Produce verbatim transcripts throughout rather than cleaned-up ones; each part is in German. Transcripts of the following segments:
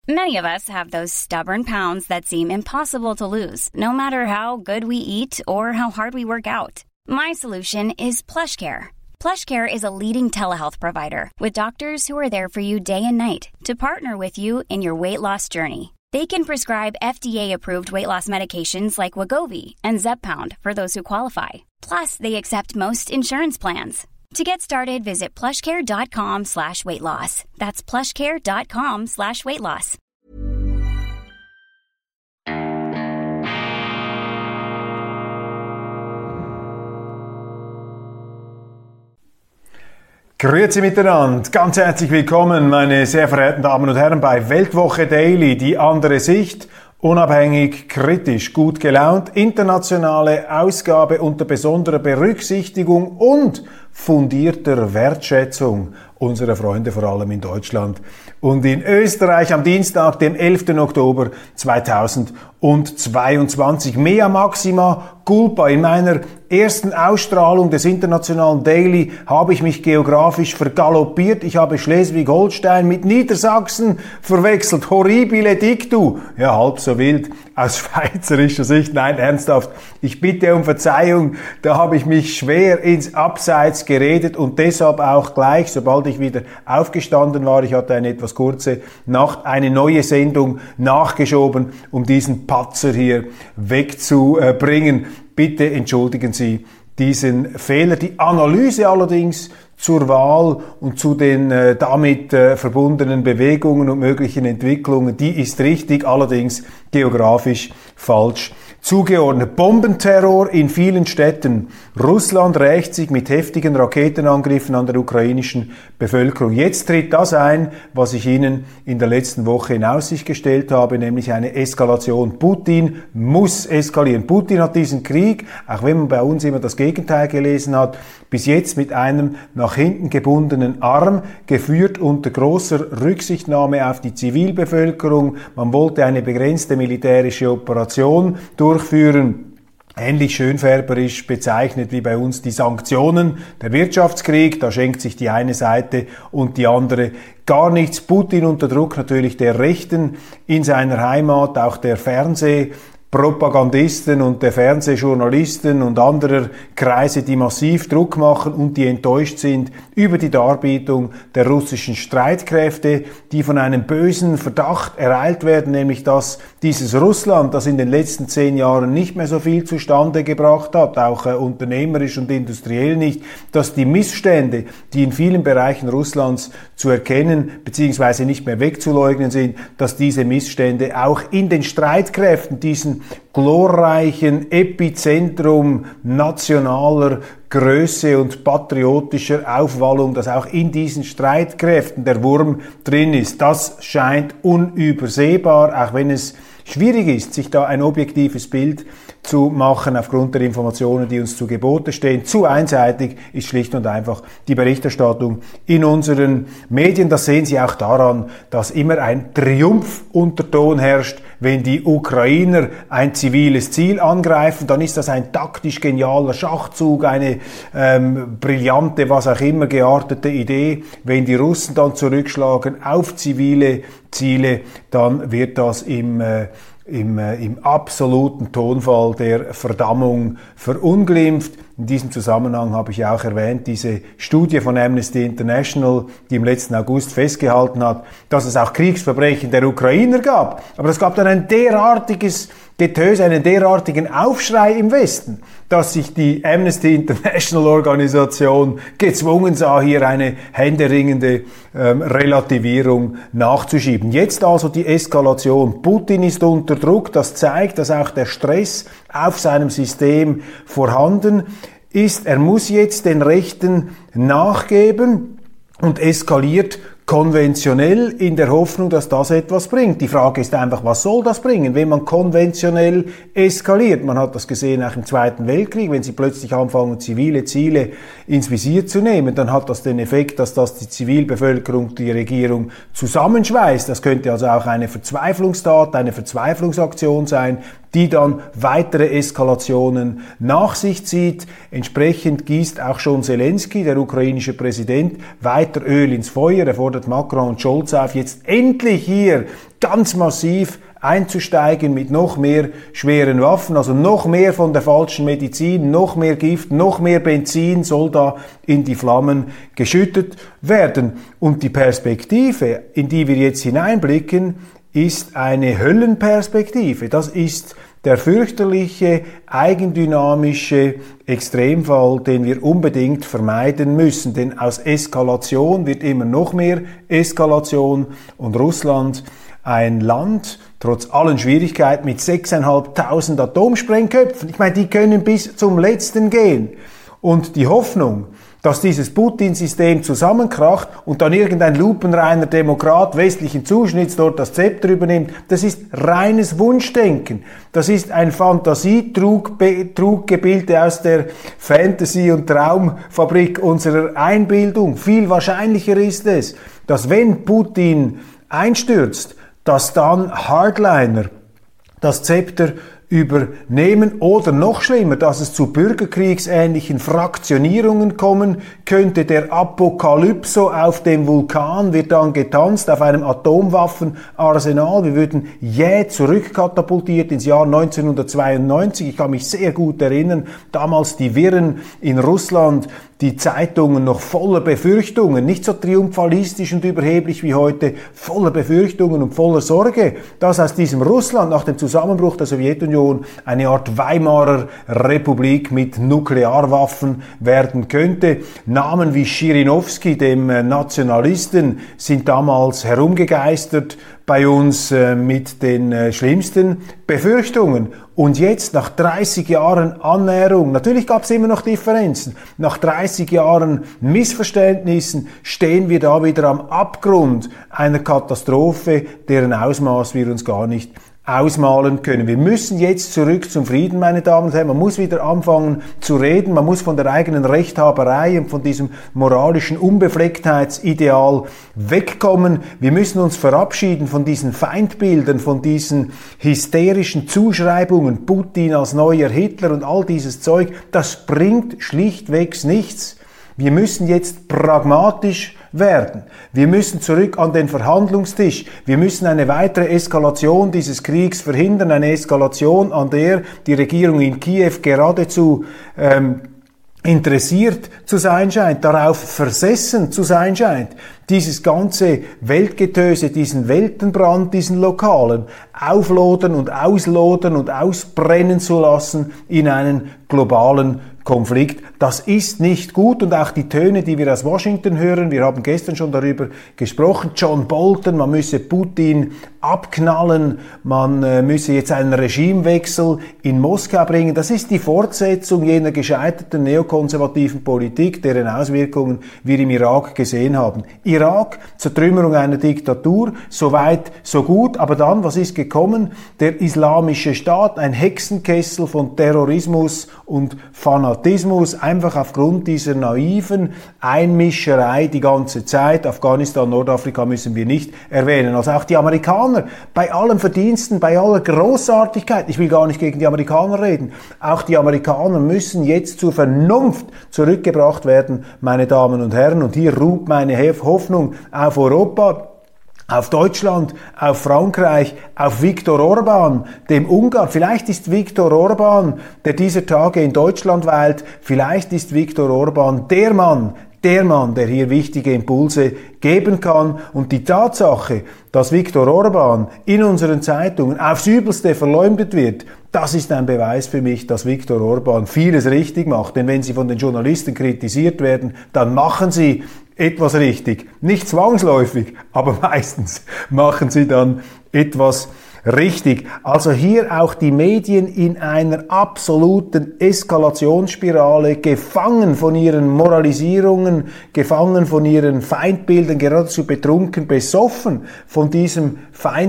Many of us have those stubborn pounds that seem impossible to lose, no matter how good we eat or how hard we work out. My solution is PlushCare. PlushCare is a leading telehealth provider with doctors who are there for you day and night to partner with you in your weight loss journey. They can prescribe F D A-approved weight loss medications like Wegovy and Zepbound for those who qualify. Plus, they accept most insurance plans. To get started, visit plushcare.com slash weight loss. That's plushcare.com slash weight loss. Grüezi miteinander, ganz herzlich willkommen, meine sehr verehrten Damen und Herren, bei Weltwoche Daily, die andere Sicht, unabhängig, kritisch, gut gelaunt, internationale Ausgabe unter besonderer Berücksichtigung und fundierter Wertschätzung unserer Freunde, vor allem in Deutschland und in Österreich, am Dienstag, dem elften Oktober zweitausendzweiundzwanzig. Mea maxima culpa. In meiner ersten Ausstrahlung des internationalen Daily habe ich mich geografisch vergaloppiert. Ich habe Schleswig-Holstein mit Niedersachsen verwechselt. Horribile dictu. Ja, halb so wild aus schweizerischer Sicht. Nein, ernsthaft. Ich bitte um Verzeihung. Da habe ich mich schwer ins Abseits geredet und deshalb auch gleich, sobald ich wieder aufgestanden war, ich hatte eine etwas kurze Nacht, eine neue Sendung nachgeschoben, um diesen Patzer hier wegzubringen. Bitte entschuldigen Sie diesen Fehler. Die Analyse allerdings zur Wahl und zu den äh, damit äh, verbundenen Bewegungen und möglichen Entwicklungen, die ist richtig, allerdings geografisch falsch zugeordnet. Bombenterror in vielen Städten. Russland rächt sich mit heftigen Raketenangriffen an der ukrainischen Bevölkerung. Jetzt tritt das ein, was ich Ihnen in der letzten Woche in Aussicht gestellt habe, nämlich eine Eskalation. Putin muss eskalieren. Putin hat diesen Krieg, auch wenn man bei uns immer das Gegenteil gelesen hat, bis jetzt mit einem nach hinten gebundenen Arm geführt unter großer Rücksichtnahme auf die Zivilbevölkerung. Man wollte eine begrenzte militärische Operation durchführen. Ähnlich schönfärberisch bezeichnet wie bei uns die Sanktionen, der Wirtschaftskrieg, da schenkt sich die eine Seite und die andere gar nichts. Putin unter Druck natürlich der Rechten in seiner Heimat, auch der Fernsehpropagandisten und der Fernsehjournalisten und anderer Kreise, die massiv Druck machen und die enttäuscht sind über die Darbietung der russischen Streitkräfte, die von einem bösen Verdacht ereilt werden, nämlich dass dieses Russland, das in den letzten zehn Jahren nicht mehr so viel zustande gebracht hat, auch äh, unternehmerisch und industriell nicht, dass die Missstände, die in vielen Bereichen Russlands zu erkennen bzw. nicht mehr wegzuleugnen sind, dass diese Missstände auch in den Streitkräften, diesen glorreichen Epizentrum nationaler Größe und patriotischer Aufwallung, dass auch in diesen Streitkräften der Wurm drin ist. Das scheint unübersehbar, auch wenn es schwierig ist, sich da ein objektives Bild zu machen aufgrund der Informationen, die uns zu Gebote stehen. Zu einseitig ist schlicht und einfach die Berichterstattung in unseren Medien. Das sehen Sie auch daran, dass immer ein Triumpfunterton herrscht. Wenn die Ukrainer ein ziviles Ziel angreifen, dann ist das ein taktisch genialer Schachzug, eine ähm, brillante, was auch immer geartete Idee. Wenn die Russen dann zurückschlagen auf zivile Ziele, dann wird das im äh, Im, äh, im absoluten Tonfall der Verdammung verunglimpft. In diesem Zusammenhang habe ich auch erwähnt, diese Studie von Amnesty International, die im letzten August festgehalten hat, dass es auch Kriegsverbrechen der Ukrainer gab. Aber es gab dann ein derartiges Getöse, einen derartigen Aufschrei im Westen, dass sich die Amnesty International Organisation gezwungen sah, hier eine händeringende ähm, Relativierung nachzuschieben. Jetzt also die Eskalation. Putin ist unter Druck. Das zeigt, dass auch der Stress auf seinem System vorhanden ist. Er muss jetzt den Rechten nachgeben und eskaliert konventionell in der Hoffnung, dass das etwas bringt. Die Frage ist einfach, was soll das bringen, wenn man konventionell eskaliert? Man hat das gesehen auch im Zweiten Weltkrieg, wenn sie plötzlich anfangen, zivile Ziele ins Visier zu nehmen, dann hat das den Effekt, dass das die Zivilbevölkerung, die Regierung zusammenschweißt. Das könnte also auch eine Verzweiflungstat, eine Verzweiflungsaktion sein, die dann weitere Eskalationen nach sich zieht. Entsprechend gießt auch schon Zelensky, der ukrainische Präsident, weiter Öl ins Feuer. Er fordert fordert Macron und Scholz auf, jetzt endlich hier ganz massiv einzusteigen mit noch mehr schweren Waffen, also noch mehr von der falschen Medizin, noch mehr Gift, noch mehr Benzin soll da in die Flammen geschüttet werden. Und die Perspektive, in die wir jetzt hineinblicken, ist eine Höllenperspektive. Das ist der fürchterliche, eigendynamische Extremfall, den wir unbedingt vermeiden müssen. Denn aus Eskalation wird immer noch mehr Eskalation und Russland, ein Land, trotz allen Schwierigkeiten, mit sechstausendfünfhundert Atomsprengköpfen. Ich meine, die können bis zum Letzten gehen. Und die Hoffnung, dass dieses Putin-System zusammenkracht und dann irgendein lupenreiner Demokrat westlichen Zuschnitts dort das Zepter übernimmt, das ist reines Wunschdenken. Das ist ein Fantasietruggebilde aus der Fantasy- und Traumfabrik unserer Einbildung. Viel wahrscheinlicher ist es, dass wenn Putin einstürzt, dass dann Hardliner das Zepter übernehmen oder noch schlimmer, dass es zu bürgerkriegsähnlichen Fraktionierungen kommen könnte. Der Apokalypso auf dem Vulkan wird dann getanzt, auf einem Atomwaffenarsenal. Wir würden jäh zurückkatapultiert ins Jahr neunzehnhundertzweiundneunzig. Ich kann mich sehr gut erinnern, damals die Wirren in Russland, die Zeitungen noch voller Befürchtungen, nicht so triumphalistisch und überheblich wie heute, voller Befürchtungen und voller Sorge, dass aus diesem Russland nach dem Zusammenbruch der Sowjetunion eine Art Weimarer Republik mit Nuklearwaffen werden könnte. Namen wie Schirinowski, dem Nationalisten, sind damals herumgegeistert bei uns äh, mit den äh, schlimmsten Befürchtungen. Und jetzt, nach dreißig Jahren Annäherung, natürlich gab es immer noch Differenzen, nach dreißig Jahren Missverständnissen stehen wir da wieder am Abgrund einer Katastrophe, deren Ausmaß wir uns gar nicht ausmalen können. Wir müssen jetzt zurück zum Frieden, meine Damen und Herren. Man muss wieder anfangen zu reden. Man muss von der eigenen Rechthaberei und von diesem moralischen Unbeflecktheitsideal wegkommen. Wir müssen uns verabschieden von diesen Feindbildern, von diesen hysterischen Zuschreibungen, Putin als neuer Hitler und all dieses Zeug. Das bringt schlichtweg nichts. Wir müssen jetzt pragmatisch werden. Wir müssen zurück an den Verhandlungstisch. Wir müssen eine weitere Eskalation dieses Kriegs verhindern, eine Eskalation, an der die Regierung in Kiew geradezu ähm, interessiert zu sein scheint, darauf versessen zu sein scheint, dieses ganze Weltgetöse, diesen Weltenbrand, diesen lokalen, auflodern und auslodern und ausbrennen zu lassen in einen globalen Konflikt. Das ist nicht gut und auch die Töne, die wir aus Washington hören, wir haben gestern schon darüber gesprochen, John Bolton, man müsse Putin abknallen, man äh, müsse jetzt einen Regimewechsel in Moskau bringen. Das ist die Fortsetzung jener gescheiterten neokonservativen Politik, deren Auswirkungen wir im Irak gesehen haben. Irak, Zertrümmerung einer Diktatur, so weit, so gut, aber dann, was ist gekommen? Der Islamische Staat, ein Hexenkessel von Terrorismus und Fanatismus, einfach aufgrund dieser naiven Einmischerei die ganze Zeit. Afghanistan, Nordafrika müssen wir nicht erwähnen. Also auch die Amerikaner, bei allen Verdiensten, bei aller Großartigkeit, ich will gar nicht gegen die Amerikaner reden, auch die Amerikaner müssen jetzt zur Vernunft zurückgebracht werden, meine Damen und Herren. Und hier ruht meine Hoffnung auf Europa, auf Deutschland, auf Frankreich, auf Viktor Orban, dem Ungarn. Vielleicht ist Viktor Orban, der dieser Tage in Deutschland weilt, vielleicht ist Viktor Orban der Mann, der Mann, der hier wichtige Impulse geben kann. Und die Tatsache, dass Viktor Orban in unseren Zeitungen aufs Übelste verleumdet wird, das ist ein Beweis für mich, dass Viktor Orban vieles richtig macht. Denn wenn sie von den Journalisten kritisiert werden, dann machen sie etwas richtig. Nicht zwangsläufig, aber meistens machen sie dann etwas richtig. Also hier auch die Medien in einer absoluten Eskalationsspirale, gefangen von ihren Moralisierungen, gefangen von ihren Feindbildern, geradezu betrunken, besoffen von diesem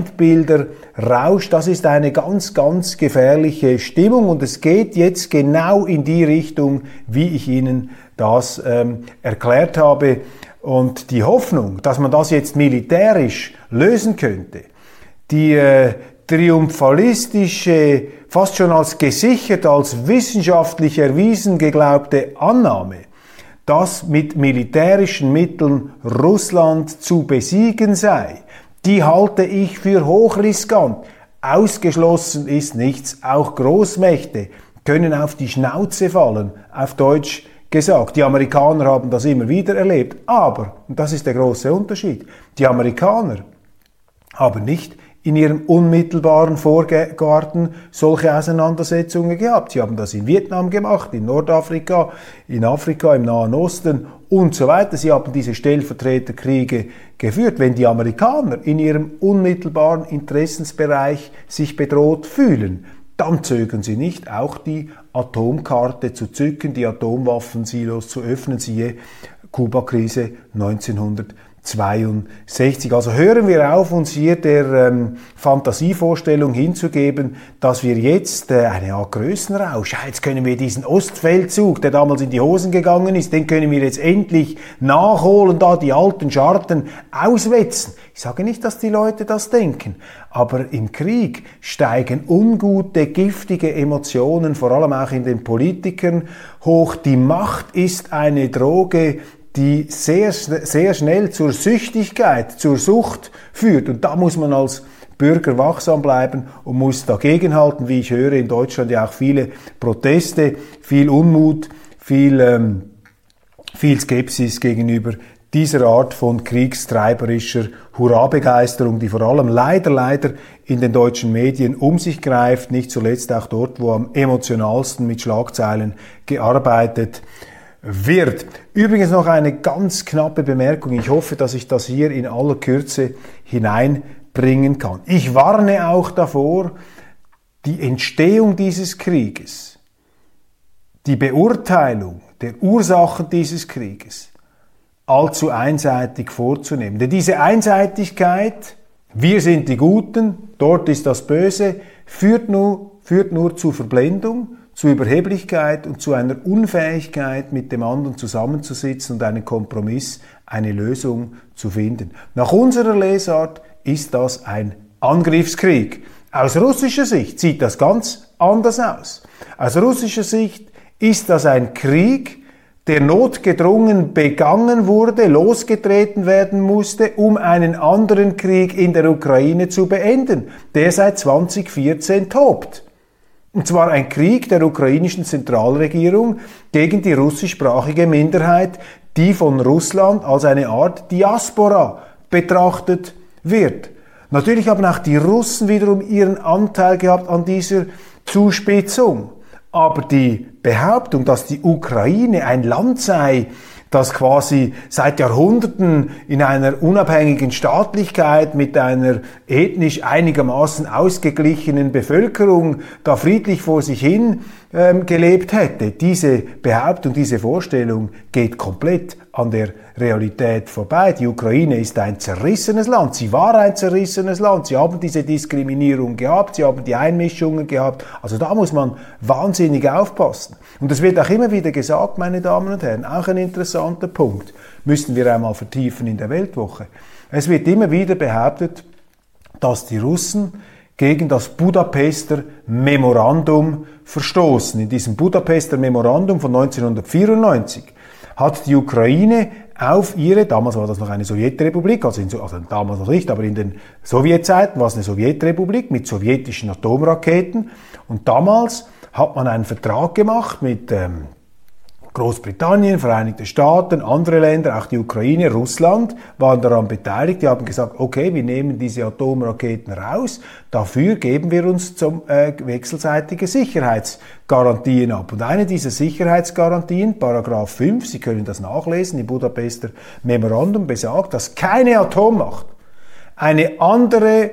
Feindbilderrausch. Das ist eine ganz, ganz gefährliche Stimmung und es geht jetzt genau in die Richtung, wie ich Ihnen das ähm, erklärt habe. Und die Hoffnung, dass man das jetzt militärisch lösen könnte, die äh, triumphalistische, fast schon als gesichert, als wissenschaftlich erwiesen geglaubte Annahme, dass mit militärischen Mitteln Russland zu besiegen sei, die halte ich für hochriskant. Ausgeschlossen ist nichts. Auch Großmächte können auf die Schnauze fallen, auf Deutsch gesagt. Die Amerikaner haben das immer wieder erlebt. Aber, und das ist der große Unterschied, die Amerikaner haben nicht in ihrem unmittelbaren Vorgarten solche Auseinandersetzungen gehabt. Sie haben das in Vietnam gemacht, in Nordafrika, in Afrika, im Nahen Osten und so weiter. Sie haben diese Stellvertreterkriege geführt. Wenn die Amerikaner in ihrem unmittelbaren Interessensbereich sich bedroht fühlen, dann zögern sie nicht, auch die Atomkarte zu zücken, die Atomwaffensilos zu öffnen, siehe Kuba-Krise neunzehnhundertzweiundsechzig. Also hören wir auf, uns hier der ähm, Fantasievorstellung hinzugeben, dass wir jetzt äh, eine Art Größenrausch, ja, jetzt können wir diesen Ostfeldzug, der damals in die Hosen gegangen ist, den können wir jetzt endlich nachholen, da die alten Scharten auswetzen. Ich sage nicht, dass die Leute das denken, aber im Krieg steigen ungute, giftige Emotionen, vor allem auch in den Politikern, hoch. Die Macht ist eine Droge, die sehr, sehr schnell zur Süchtigkeit, zur Sucht führt. Und da muss man als Bürger wachsam bleiben und muss dagegenhalten, wie ich höre, in Deutschland ja auch viele Proteste, viel Unmut, viel, ähm, viel Skepsis gegenüber dieser Art von kriegstreiberischer Hurrabegeisterung, die vor allem leider, leider in den deutschen Medien um sich greift, nicht zuletzt auch dort, wo am emotionalsten mit Schlagzeilen gearbeitet wird. Übrigens noch eine ganz knappe Bemerkung. Ich hoffe, dass ich das hier in aller Kürze hineinbringen kann. Ich warne auch davor, die Entstehung dieses Krieges, die Beurteilung der Ursachen dieses Krieges allzu einseitig vorzunehmen. Denn diese Einseitigkeit, wir sind die Guten, dort ist das Böse, führt nur, führt nur zu Verblendung, zu Überheblichkeit und zu einer Unfähigkeit, mit dem anderen zusammenzusitzen und einen Kompromiss, eine Lösung zu finden. Nach unserer Lesart ist das ein Angriffskrieg. Aus russischer Sicht sieht das ganz anders aus. Aus russischer Sicht ist das ein Krieg, der notgedrungen begangen wurde, losgetreten werden musste, um einen anderen Krieg in der Ukraine zu beenden, der seit zweitausendvierzehn tobt. Und zwar ein Krieg der ukrainischen Zentralregierung gegen die russischsprachige Minderheit, die von Russland als eine Art Diaspora betrachtet wird. Natürlich haben auch die Russen wiederum ihren Anteil gehabt an dieser Zuspitzung. Aber die Behauptung, dass die Ukraine ein Land sei, das quasi seit Jahrhunderten in einer unabhängigen Staatlichkeit mit einer ethnisch einigermaßen ausgeglichenen Bevölkerung da friedlich vor sich hin ähm, gelebt hätte. Diese Behauptung, diese Vorstellung geht komplett an der Realität vorbei. Die Ukraine ist ein zerrissenes Land. Sie war ein zerrissenes Land. Sie haben diese Diskriminierung gehabt. Sie haben die Einmischungen gehabt. Also da muss man wahnsinnig aufpassen. Und es wird auch immer wieder gesagt, meine Damen und Herren, auch ein interessanter Punkt, müssten wir einmal vertiefen in der Weltwoche. Es wird immer wieder behauptet, dass die Russen gegen das Budapester Memorandum verstoßen. In diesem Budapester Memorandum von neunzehnhundertvierundneunzig hat die Ukraine auf ihre, damals war das noch eine Sowjetrepublik, also, in, also damals noch nicht, aber in den Sowjetzeiten war es eine Sowjetrepublik mit sowjetischen Atomraketen, und damals hat man einen Vertrag gemacht mit ähm, Großbritannien, Vereinigte Staaten, andere Länder, auch die Ukraine, Russland waren daran beteiligt. Die haben gesagt, okay, wir nehmen diese Atomraketen raus, dafür geben wir uns zum äh, wechselseitige Sicherheitsgarantien ab. Und eine dieser Sicherheitsgarantien, Paragraph fünf, Sie können das nachlesen im Budapester Memorandum, besagt, dass keine Atommacht eine andere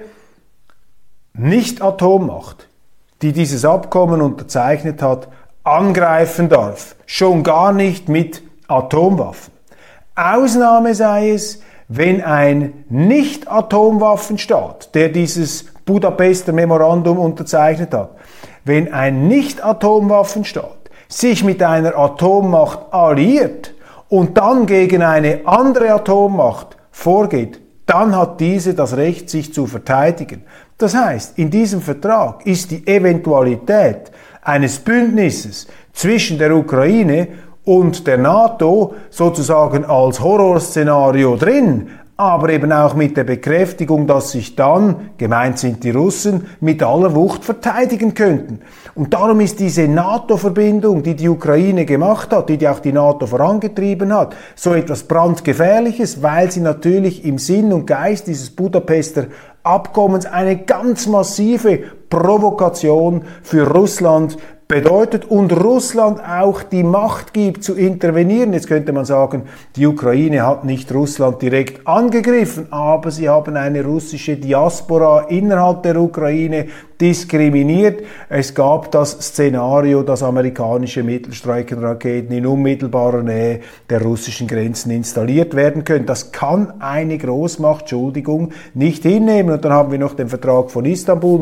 Nicht-Atommacht, die dieses Abkommen unterzeichnet hat, angreifen darf, schon gar nicht mit Atomwaffen. Ausnahme sei es, wenn ein Nicht-Atomwaffenstaat, der dieses Budapester Memorandum unterzeichnet hat, wenn ein Nicht-Atomwaffenstaat sich mit einer Atommacht alliiert und dann gegen eine andere Atommacht vorgeht, dann hat diese das Recht, sich zu verteidigen. Das heißt, in diesem Vertrag ist die Eventualität eines Bündnisses zwischen der Ukraine und der NATO sozusagen als Horrorszenario drin, aber eben auch mit der Bekräftigung, dass sich dann, gemeint sind die Russen, mit aller Wucht verteidigen könnten. Und darum ist diese NATO-Verbindung, die die Ukraine gemacht hat, die, die auch die NATO vorangetrieben hat, so etwas brandgefährliches, weil sie natürlich im Sinn und Geist dieses Budapester Abkommens eine ganz massive Provokation für Russland bedeutet und Russland auch die Macht gibt zu intervenieren. Jetzt könnte man sagen, die Ukraine hat nicht Russland direkt angegriffen, aber sie haben eine russische Diaspora innerhalb der Ukraine diskriminiert. Es gab das Szenario, dass amerikanische Mittelstreckenraketen in unmittelbarer Nähe der russischen Grenzen installiert werden können. Das kann eine Großmacht, Entschuldigung, nicht hinnehmen. Und dann haben wir noch den Vertrag von Istanbul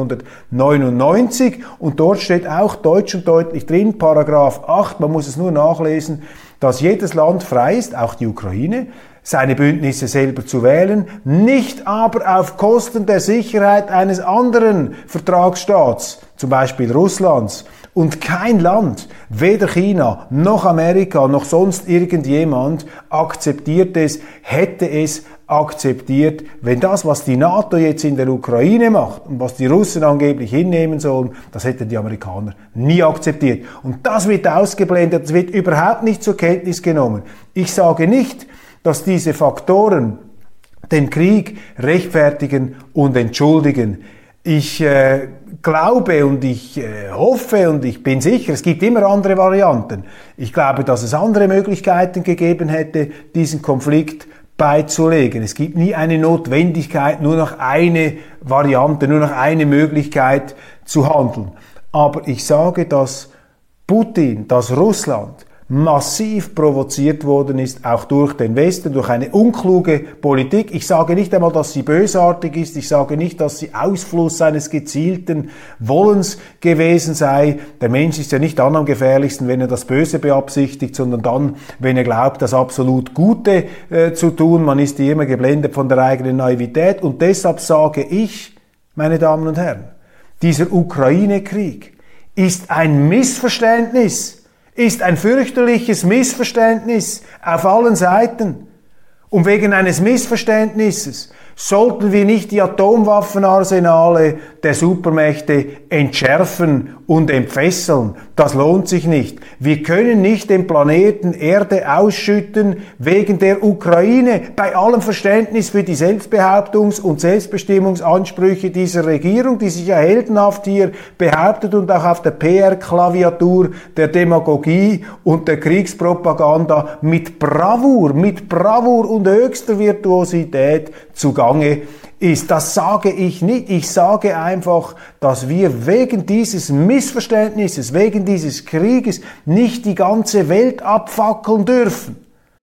neunzehnhundertneunundneunzig und dort steht auch deutsch und deutlich drin, Paragraph acht, man muss es nur nachlesen, dass jedes Land frei ist, auch die Ukraine, seine Bündnisse selber zu wählen, nicht aber auf Kosten der Sicherheit eines anderen Vertragsstaats, zum Beispiel Russlands. Und kein Land, weder China noch Amerika noch sonst irgendjemand akzeptiert es, hätte es akzeptiert, wenn das, was die NATO jetzt in der Ukraine macht und was die Russen angeblich hinnehmen sollen, das hätten die Amerikaner nie akzeptiert. Und das wird ausgeblendet, das wird überhaupt nicht zur Kenntnis genommen. Ich sage nicht, dass diese Faktoren den Krieg rechtfertigen und entschuldigen. Ich äh, glaube und ich äh, hoffe und ich bin sicher, es gibt immer andere Varianten. Ich glaube, dass es andere Möglichkeiten gegeben hätte, diesen Konflikt beizulegen. Es gibt nie eine Notwendigkeit, nur noch eine Variante, nur noch eine Möglichkeit zu handeln. Aber ich sage, dass Putin, dass Russland massiv provoziert worden ist, auch durch den Westen, durch eine unkluge Politik. Ich sage nicht einmal, dass sie bösartig ist, ich sage nicht, dass sie Ausfluss eines gezielten Wollens gewesen sei. Der Mensch ist ja nicht dann am gefährlichsten, wenn er das Böse beabsichtigt, sondern dann, wenn er glaubt, das absolut Gute äh, zu tun. Man ist ja immer geblendet von der eigenen Naivität und deshalb sage ich, meine Damen und Herren, dieser Ukraine-Krieg ist ein Missverständnis, ist ein fürchterliches Missverständnis auf allen Seiten. Und wegen eines Missverständnisses sollten wir nicht die Atomwaffenarsenale der Supermächte entschärfen und entfesseln. Das lohnt sich nicht. Wir können nicht den Planeten Erde ausschütten wegen der Ukraine, bei allem Verständnis für die Selbstbehauptungs- und Selbstbestimmungsansprüche dieser Regierung, die sich ja heldenhaft hier behauptet und auch auf der P R-Klaviatur der Demagogie und der Kriegspropaganda mit Bravour, mit Bravour und höchster Virtuosität zugange ist. Das sage ich nicht. Ich sage einfach, dass wir wegen dieses Missverständnisses, wegen dieses Krieges nicht die ganze Welt abfackeln dürfen.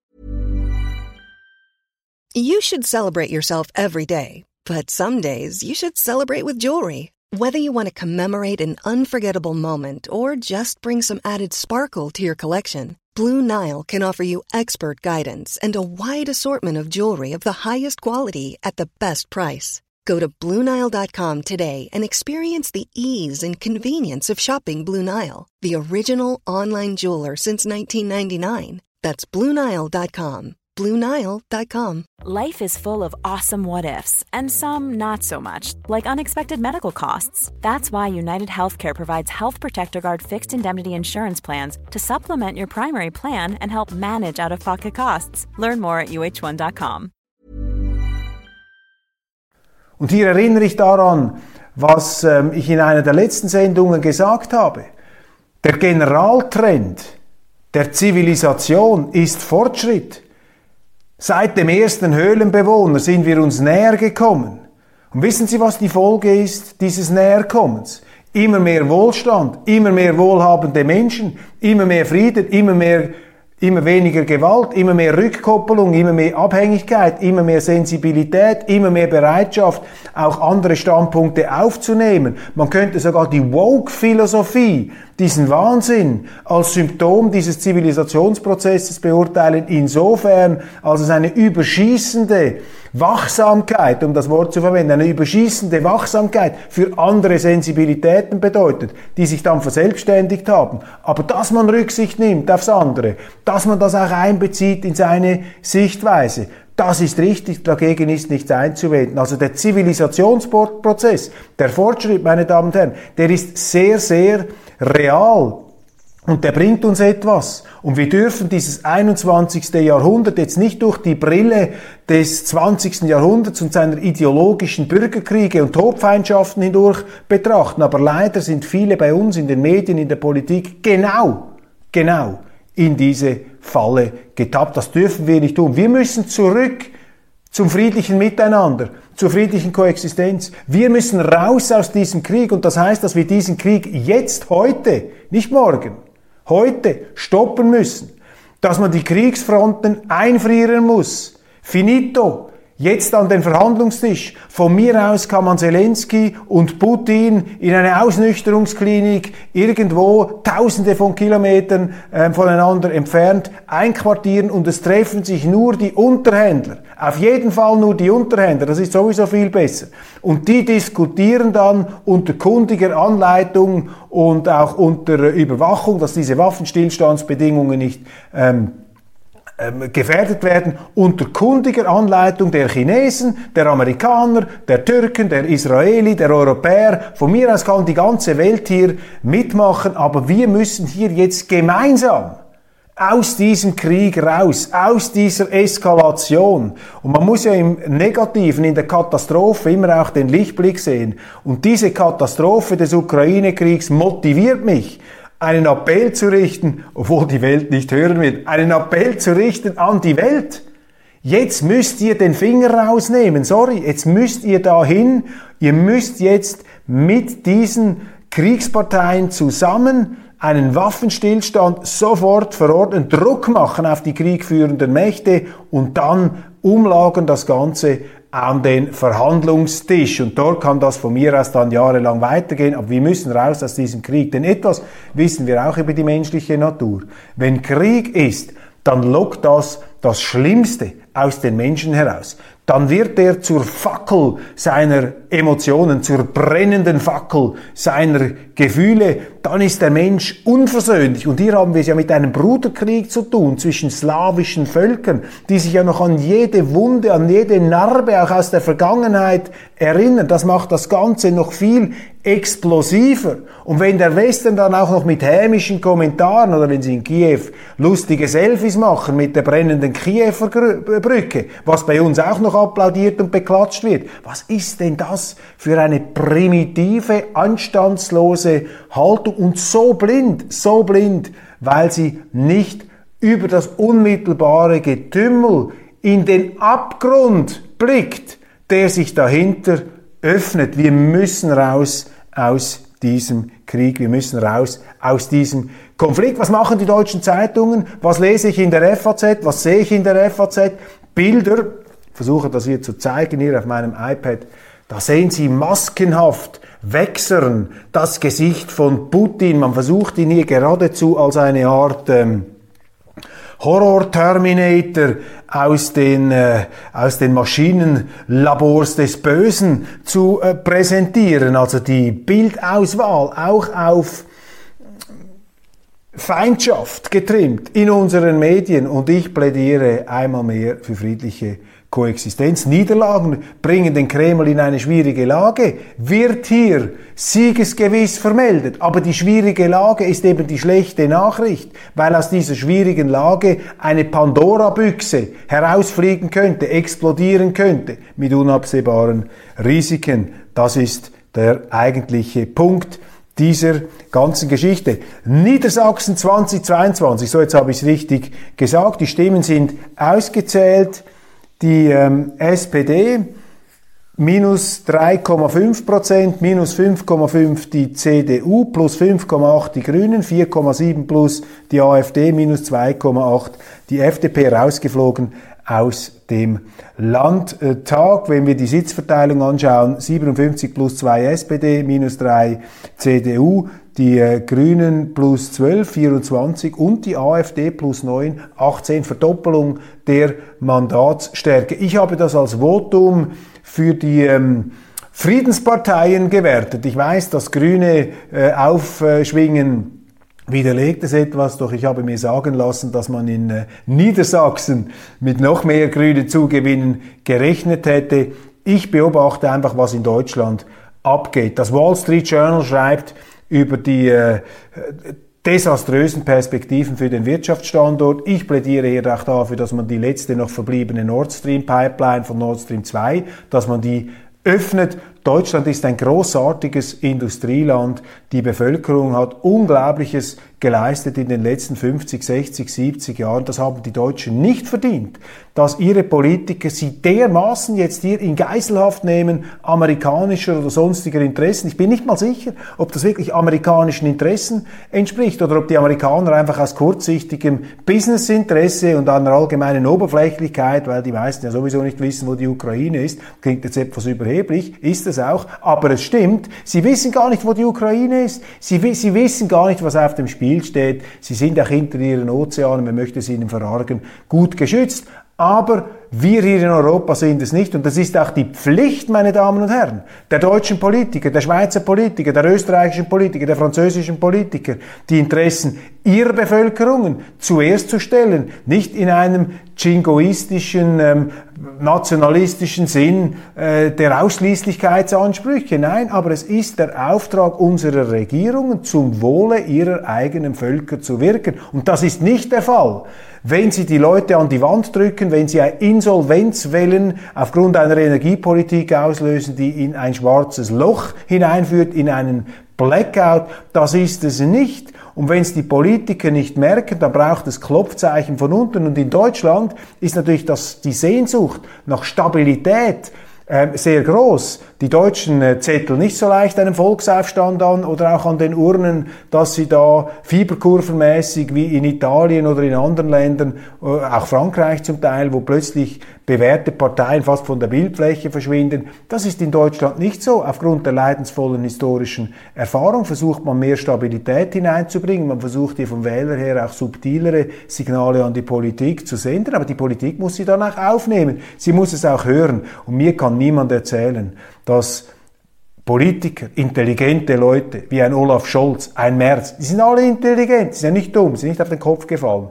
You should celebrate yourself every day, but some days you should celebrate with jewelry. Whether you want to commemorate an unforgettable moment or just bring some added sparkle to your collection, Blue Nile can offer you expert guidance and a wide assortment of jewelry of the highest quality at the best price. Go to Blue Nile dot com today and experience the ease and convenience of shopping Blue Nile, the original online jeweler since nineteen ninety-nine. That's Blue Nile dot com. Blue Nile dot com. Life is full of awesome what-ifs, and some not so much, like unexpected medical costs. That's why United Healthcare provides Health Protector Guard fixed indemnity insurance plans to supplement your primary plan and help manage out-of-pocket costs. Learn more at U H one dot com. Und hier erinnere ich daran, was ähm, ich in einer der letzten Sendungen gesagt habe. Der Generaltrend der Zivilisation ist Fortschritt. Seit dem ersten Höhlenbewohner sind wir uns näher gekommen. Und wissen Sie, was die Folge ist dieses Näherkommens? Immer mehr Wohlstand, immer mehr wohlhabende Menschen, immer mehr Frieden, immer mehr Immer weniger Gewalt, immer mehr Rückkoppelung, immer mehr Abhängigkeit, immer mehr Sensibilität, immer mehr Bereitschaft, auch andere Standpunkte aufzunehmen. Man könnte sogar die Woke-Philosophie, diesen Wahnsinn, als Symptom dieses Zivilisationsprozesses beurteilen, insofern, als es eine überschießende Wachsamkeit, um das Wort zu verwenden, eine überschießende Wachsamkeit für andere Sensibilitäten bedeutet, die sich dann verselbstständigt haben. Aber dass man Rücksicht nimmt aufs andere, dass man das auch einbezieht in seine Sichtweise, das ist richtig, dagegen ist nichts einzuwenden. Also der Zivilisationsprozess, der Fortschritt, meine Damen und Herren, der ist sehr, sehr real. Und der bringt uns etwas. Und wir dürfen dieses einundzwanzigste Jahrhundert jetzt nicht durch die Brille des zwanzigsten Jahrhunderts und seiner ideologischen Bürgerkriege und Todfeindschaften hindurch betrachten. Aber leider sind viele bei uns in den Medien, in der Politik genau, genau in diese Falle getappt. Das dürfen wir nicht tun. Wir müssen zurück zum friedlichen Miteinander, zur friedlichen Koexistenz. Wir müssen raus aus diesem Krieg und das heißt, dass wir diesen Krieg jetzt, heute, nicht morgen, heute stoppen müssen, dass man die Kriegsfronten einfrieren muss. Finito. Jetzt an den Verhandlungstisch. Von mir aus kann man Zelensky und Putin in eine Ausnüchterungsklinik irgendwo tausende von Kilometern äh, voneinander entfernt einquartieren und es treffen sich nur die Unterhändler. Auf jeden Fall nur die Unterhändler. Das ist sowieso viel besser. Und die diskutieren dann unter kundiger Anleitung und auch unter Überwachung, dass diese Waffenstillstandsbedingungen nicht ähm, gefährdet werden, unter kundiger Anleitung der Chinesen, der Amerikaner, der Türken, der Israeli, der Europäer. Von mir aus kann die ganze Welt hier mitmachen, aber wir müssen hier jetzt gemeinsam aus diesem Krieg raus, aus dieser Eskalation. Und man muss ja im Negativen, in der Katastrophe immer auch den Lichtblick sehen. Und diese Katastrophe des Ukraine-Kriegs motiviert mich, einen Appell zu richten, obwohl die Welt nicht hören wird, einen Appell zu richten an die Welt. Jetzt müsst ihr den Finger rausnehmen, sorry, jetzt müsst ihr dahin, ihr müsst jetzt mit diesen Kriegsparteien zusammen einen Waffenstillstand sofort verordnen, Druck machen auf die kriegführenden Mächte und dann umlagern das Ganze an den Verhandlungstisch. Und dort kann das von mir aus dann jahrelang weitergehen, aber wir müssen raus aus diesem Krieg. Denn etwas wissen wir auch über die menschliche Natur. Wenn Krieg ist, dann lockt das das Schlimmste aus den Menschen heraus. Dann wird er zur Fackel seiner Emotionen, zur brennenden Fackel seiner Gefühle. Dann ist der Mensch unversöhnlich. Und hier haben wir es ja mit einem Bruderkrieg zu tun zwischen slawischen Völkern, die sich ja noch an jede Wunde, an jede Narbe auch aus der Vergangenheit erinnern. Das macht das Ganze noch viel explosiver. Und wenn der Westen dann auch noch mit hämischen Kommentaren oder wenn sie in Kiew lustige Selfies machen mit der brennenden Kiewer Brücke, was bei uns auch noch applaudiert und beklatscht wird, was ist denn das für eine primitive, anstandslose Haltung und so blind, so blind, weil sie nicht über das unmittelbare Getümmel in den Abgrund blickt, der sich dahinter öffnet. Wir müssen raus aus diesem Krieg, wir müssen raus aus diesem Konflikt. Was machen die deutschen Zeitungen? Was lese ich in der F A Z? Was sehe ich in der F A Z? Bilder, ich versuche das hier zu zeigen, hier auf meinem iPad. Da sehen Sie maskenhaft wächsern das Gesicht von Putin. Man versucht ihn hier geradezu als eine Art ähm, Horror-Terminator aus den, äh, aus den Maschinenlabors des Bösen zu äh, präsentieren. Also die Bildauswahl auch auf Feindschaft getrimmt in unseren Medien. Und ich plädiere einmal mehr für friedliche Koexistenz. Niederlagen bringen den Kreml in eine schwierige Lage, wird hier siegesgewiss vermeldet. Aber die schwierige Lage ist eben die schlechte Nachricht, weil aus dieser schwierigen Lage eine Pandora-Büchse herausfliegen könnte, explodieren könnte, mit unabsehbaren Risiken. Das ist der eigentliche Punkt dieser ganzen Geschichte. Niedersachsen zweitausendzweiundzwanzig, so jetzt habe ich es richtig gesagt, die Stimmen sind ausgezählt. Die ähm, S P D minus drei Komma fünf Prozent, minus fünf Komma fünf die C D U, plus fünf Komma acht die Grünen, vier Komma sieben plus die AfD, minus zwei Komma acht die F D P, rausgeflogen aus dem Landtag. Wenn wir die Sitzverteilung anschauen, siebenundfünfzig plus zwei S P D, minus drei C D U, die äh, Grünen plus zwölf, vierundzwanzig und die AfD plus neun, achtzehn, Verdoppelung der Mandatsstärke. Ich habe das als Votum für die ähm, Friedensparteien gewertet. Ich weiß, das grüne äh, Aufschwingen widerlegt es etwas, doch ich habe mir sagen lassen, dass man in äh, Niedersachsen mit noch mehr grünen Zugewinnen gerechnet hätte. Ich beobachte einfach, was in Deutschland abgeht. Das Wall Street Journal schreibt über die äh, desaströsen Perspektiven für den Wirtschaftsstandort. Ich plädiere hier auch dafür, dass man die letzte noch verbliebene Nord Stream Pipeline von Nord Stream zwei, dass man die öffnet. Deutschland ist ein großartiges Industrieland. Die Bevölkerung hat Unglaubliches geleistet in den letzten fünfzig, sechzig, siebzig Jahren. Das haben die Deutschen nicht verdient, dass ihre Politiker sie dermaßen jetzt hier in Geiselhaft nehmen, amerikanischer oder sonstiger Interessen. Ich bin nicht mal sicher, ob das wirklich amerikanischen Interessen entspricht oder ob die Amerikaner einfach aus kurzsichtigem Businessinteresse und einer allgemeinen Oberflächlichkeit, weil die meisten ja sowieso nicht wissen, wo die Ukraine ist, klingt jetzt etwas überheblich, ist es auch, aber es stimmt, sie wissen gar nicht, wo die Ukraine ist, sie, sie wissen gar nicht, was auf dem Spiel steht, sie sind auch hinter ihren Ozeanen, man möchte es ihnen verargen, gut geschützt, aber wir hier in Europa sind es nicht und das ist auch die Pflicht, meine Damen und Herren, der deutschen Politiker, der Schweizer Politiker, der österreichischen Politiker, der französischen Politiker, die Interessen ihrer Bevölkerungen zuerst zu stellen, nicht in einem jingoistischen, ähm, nationalistischen Sinn äh, der Ausschließlichkeitsansprüche. Nein, aber es ist der Auftrag unserer Regierungen, zum Wohle ihrer eigenen Völker zu wirken. Und das ist nicht der Fall, wenn sie die Leute an die Wand drücken, wenn sie Insolvenzwellen aufgrund einer Energiepolitik auslösen, die in ein schwarzes Loch hineinführt, in einen Blackout. Das ist es nicht. Und wenn es die Politiker nicht merken, dann braucht es Klopfzeichen von unten. Und in Deutschland ist natürlich das, die Sehnsucht nach Stabilität äh, sehr groß. Die Deutschen äh, zetteln nicht so leicht einen Volksaufstand an oder auch an den Urnen, dass sie da fieberkurvenmäßig wie in Italien oder in anderen Ländern, äh, auch Frankreich zum Teil, wo plötzlich bewährte Parteien fast von der Bildfläche verschwinden. Das ist in Deutschland nicht so. Aufgrund der leidensvollen historischen Erfahrung versucht man mehr Stabilität hineinzubringen. Man versucht hier vom Wähler her auch subtilere Signale an die Politik zu senden. Aber die Politik muss sie dann auch aufnehmen. Sie muss es auch hören. Und mir kann niemand erzählen, dass Politiker, intelligente Leute wie ein Olaf Scholz, ein Merz, die sind alle intelligent, die sind ja nicht dumm, sie sind nicht auf den Kopf gefallen.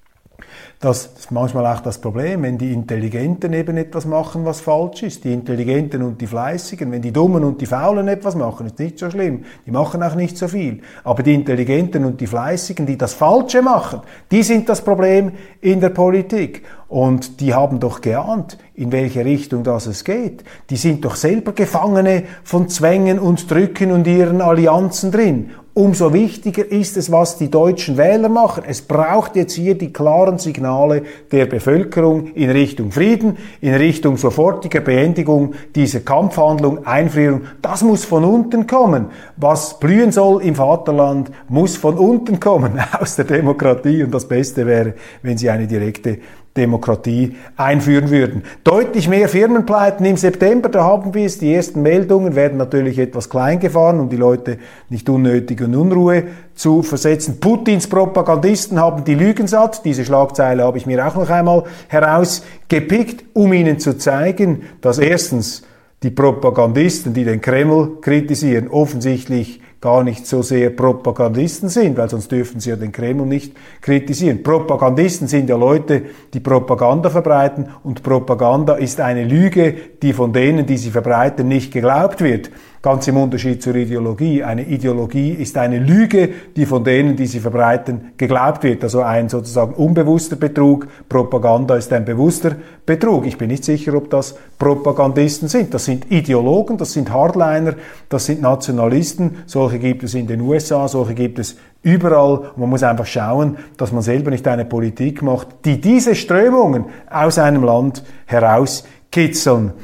Das ist manchmal auch das Problem, wenn die Intelligenten eben etwas machen, was falsch ist. Die Intelligenten und die Fleißigen. Wenn die Dummen und die Faulen etwas machen, ist nicht so schlimm. Die machen auch nicht so viel. Aber die Intelligenten und die Fleißigen, die das Falsche machen, die sind das Problem in der Politik. Und die haben doch geahnt, in welche Richtung das es geht. Die sind doch selber Gefangene von Zwängen und Drücken und ihren Allianzen drin. Umso wichtiger ist es, was die deutschen Wähler machen. Es braucht jetzt hier die klaren Signale der Bevölkerung in Richtung Frieden, in Richtung sofortiger Beendigung dieser Kampfhandlung, Einfrierung. Das muss von unten kommen. Was blühen soll im Vaterland, muss von unten kommen, aus der Demokratie. Und das Beste wäre, wenn sie eine direkte Demokratie einführen würden. Deutlich mehr Firmenpleiten im September, da haben wir es. Die ersten Meldungen werden natürlich etwas klein gefahren, um die Leute nicht unnötig in Unruhe zu versetzen. Putins Propagandisten haben die Lügen satt. Diese Schlagzeile habe ich mir auch noch einmal herausgepickt, um Ihnen zu zeigen, dass erstens die Propagandisten, die den Kreml kritisieren, offensichtlich gar nicht so sehr Propagandisten sind, weil sonst dürfen sie ja den Kreml nicht kritisieren. Propagandisten sind ja Leute, die Propaganda verbreiten und Propaganda ist eine Lüge, die von denen, die sie verbreiten, nicht geglaubt wird. Ganz im Unterschied zur Ideologie. Eine Ideologie ist eine Lüge, die von denen, die sie verbreiten, geglaubt wird. Also ein sozusagen unbewusster Betrug. Propaganda ist ein bewusster Betrug. Ich bin nicht sicher, ob das Propagandisten sind. Das sind Ideologen, das sind Hardliner, das sind Nationalisten. Solche gibt es in den U S A, solche gibt es überall. Und man muss einfach schauen, dass man selber nicht eine Politik macht, die diese Strömungen aus einem Land herauskitzeln.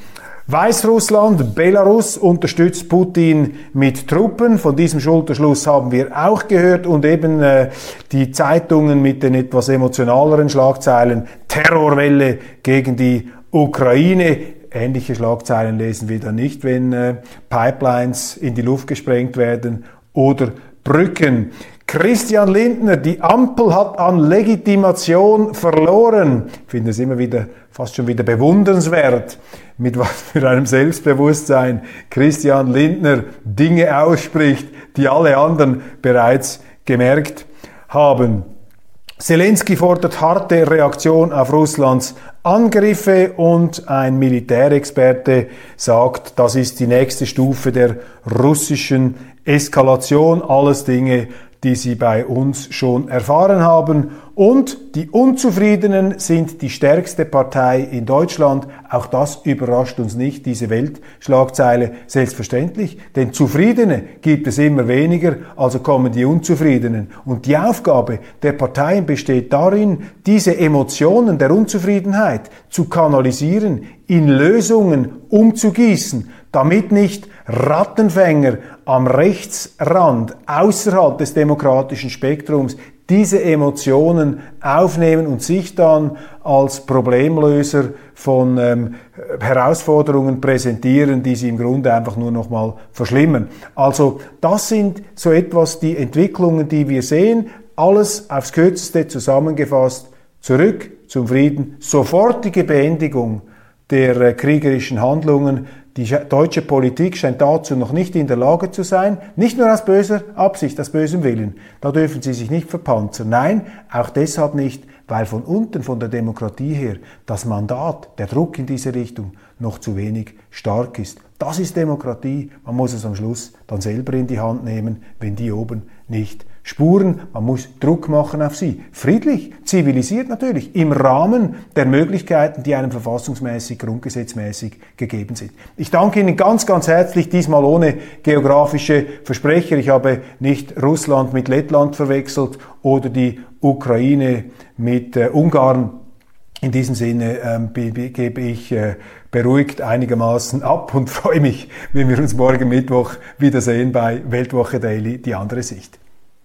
Weißrussland, Belarus unterstützt Putin mit Truppen. Von diesem Schulterschluss haben wir auch gehört. Und eben äh, die Zeitungen mit den etwas emotionaleren Schlagzeilen. Terrorwelle gegen die Ukraine. Ähnliche Schlagzeilen lesen wir dann nicht, wenn äh, Pipelines in die Luft gesprengt werden oder Brücken. Christian Lindner, die Ampel hat an Legitimation verloren. Ich finde es immer wieder, fast schon wieder bewundernswert, mit was für einem Selbstbewusstsein Christian Lindner Dinge ausspricht, die alle anderen bereits gemerkt haben. Zelensky fordert harte Reaktion auf Russlands Angriffe und ein Militärexperte sagt, das ist die nächste Stufe der russischen Eskalation. Alles Dinge, die Sie bei uns schon erfahren haben. Und die Unzufriedenen sind die stärkste Partei in Deutschland. Auch das überrascht uns nicht, diese Weltschlagzeile. Selbstverständlich, denn Zufriedene gibt es immer weniger, also kommen die Unzufriedenen. Und die Aufgabe der Parteien besteht darin, diese Emotionen der Unzufriedenheit zu kanalisieren, in Lösungen umzugießen, damit nicht Rattenfänger am Rechtsrand, außerhalb des demokratischen Spektrums, diese Emotionen aufnehmen und sich dann als Problemlöser von ähm, Herausforderungen präsentieren, die sie im Grunde einfach nur noch mal verschlimmern. Also das sind so etwas die Entwicklungen, die wir sehen. Alles aufs Kürzeste zusammengefasst. Zurück zum Frieden, sofortige Beendigung der äh, kriegerischen Handlungen. Die deutsche Politik scheint dazu noch nicht in der Lage zu sein, nicht nur aus böser Absicht, aus bösem Willen. Da dürfen sie sich nicht verpanzern. Nein, auch deshalb nicht, weil von unten, von der Demokratie her, das Mandat, der Druck in diese Richtung noch zu wenig stark ist. Das ist Demokratie. Man muss es am Schluss dann selber in die Hand nehmen, wenn die oben nicht spuren. Man muss Druck machen auf sie. Friedlich, zivilisiert natürlich, im Rahmen der Möglichkeiten, die einem verfassungsmäßig, grundgesetzmäßig gegeben sind. Ich danke Ihnen ganz, ganz herzlich, diesmal ohne geografische Versprecher. Ich habe nicht Russland mit Lettland verwechselt oder die Ukraine mit äh, Ungarn. In diesem Sinne ähm, be- be- gebe ich äh, beruhigt einigermaßen ab und freue mich, wenn wir uns morgen Mittwoch wiedersehen bei Weltwoche Daily, die andere Sicht.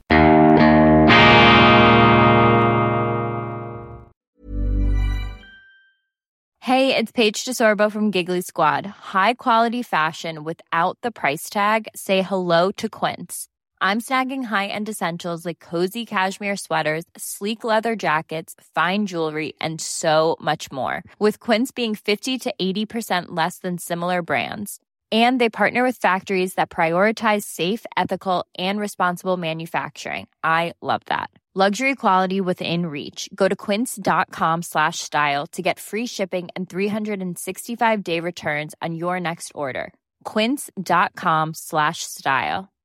Hey, it's Paige DeSorbo from Giggly Squad. High quality fashion without the price tag. Say hello to Quince. I'm snagging high-end essentials like cozy cashmere sweaters, sleek leather jackets, fine jewelry, and so much more. With Quince being fifty to eighty percent less than similar brands. And they partner with factories that prioritize safe, ethical, and responsible manufacturing. I love that. Luxury quality within reach. Go to quince.com slash style to get free shipping and three sixty-five day returns on your next order. Quince.com slash style.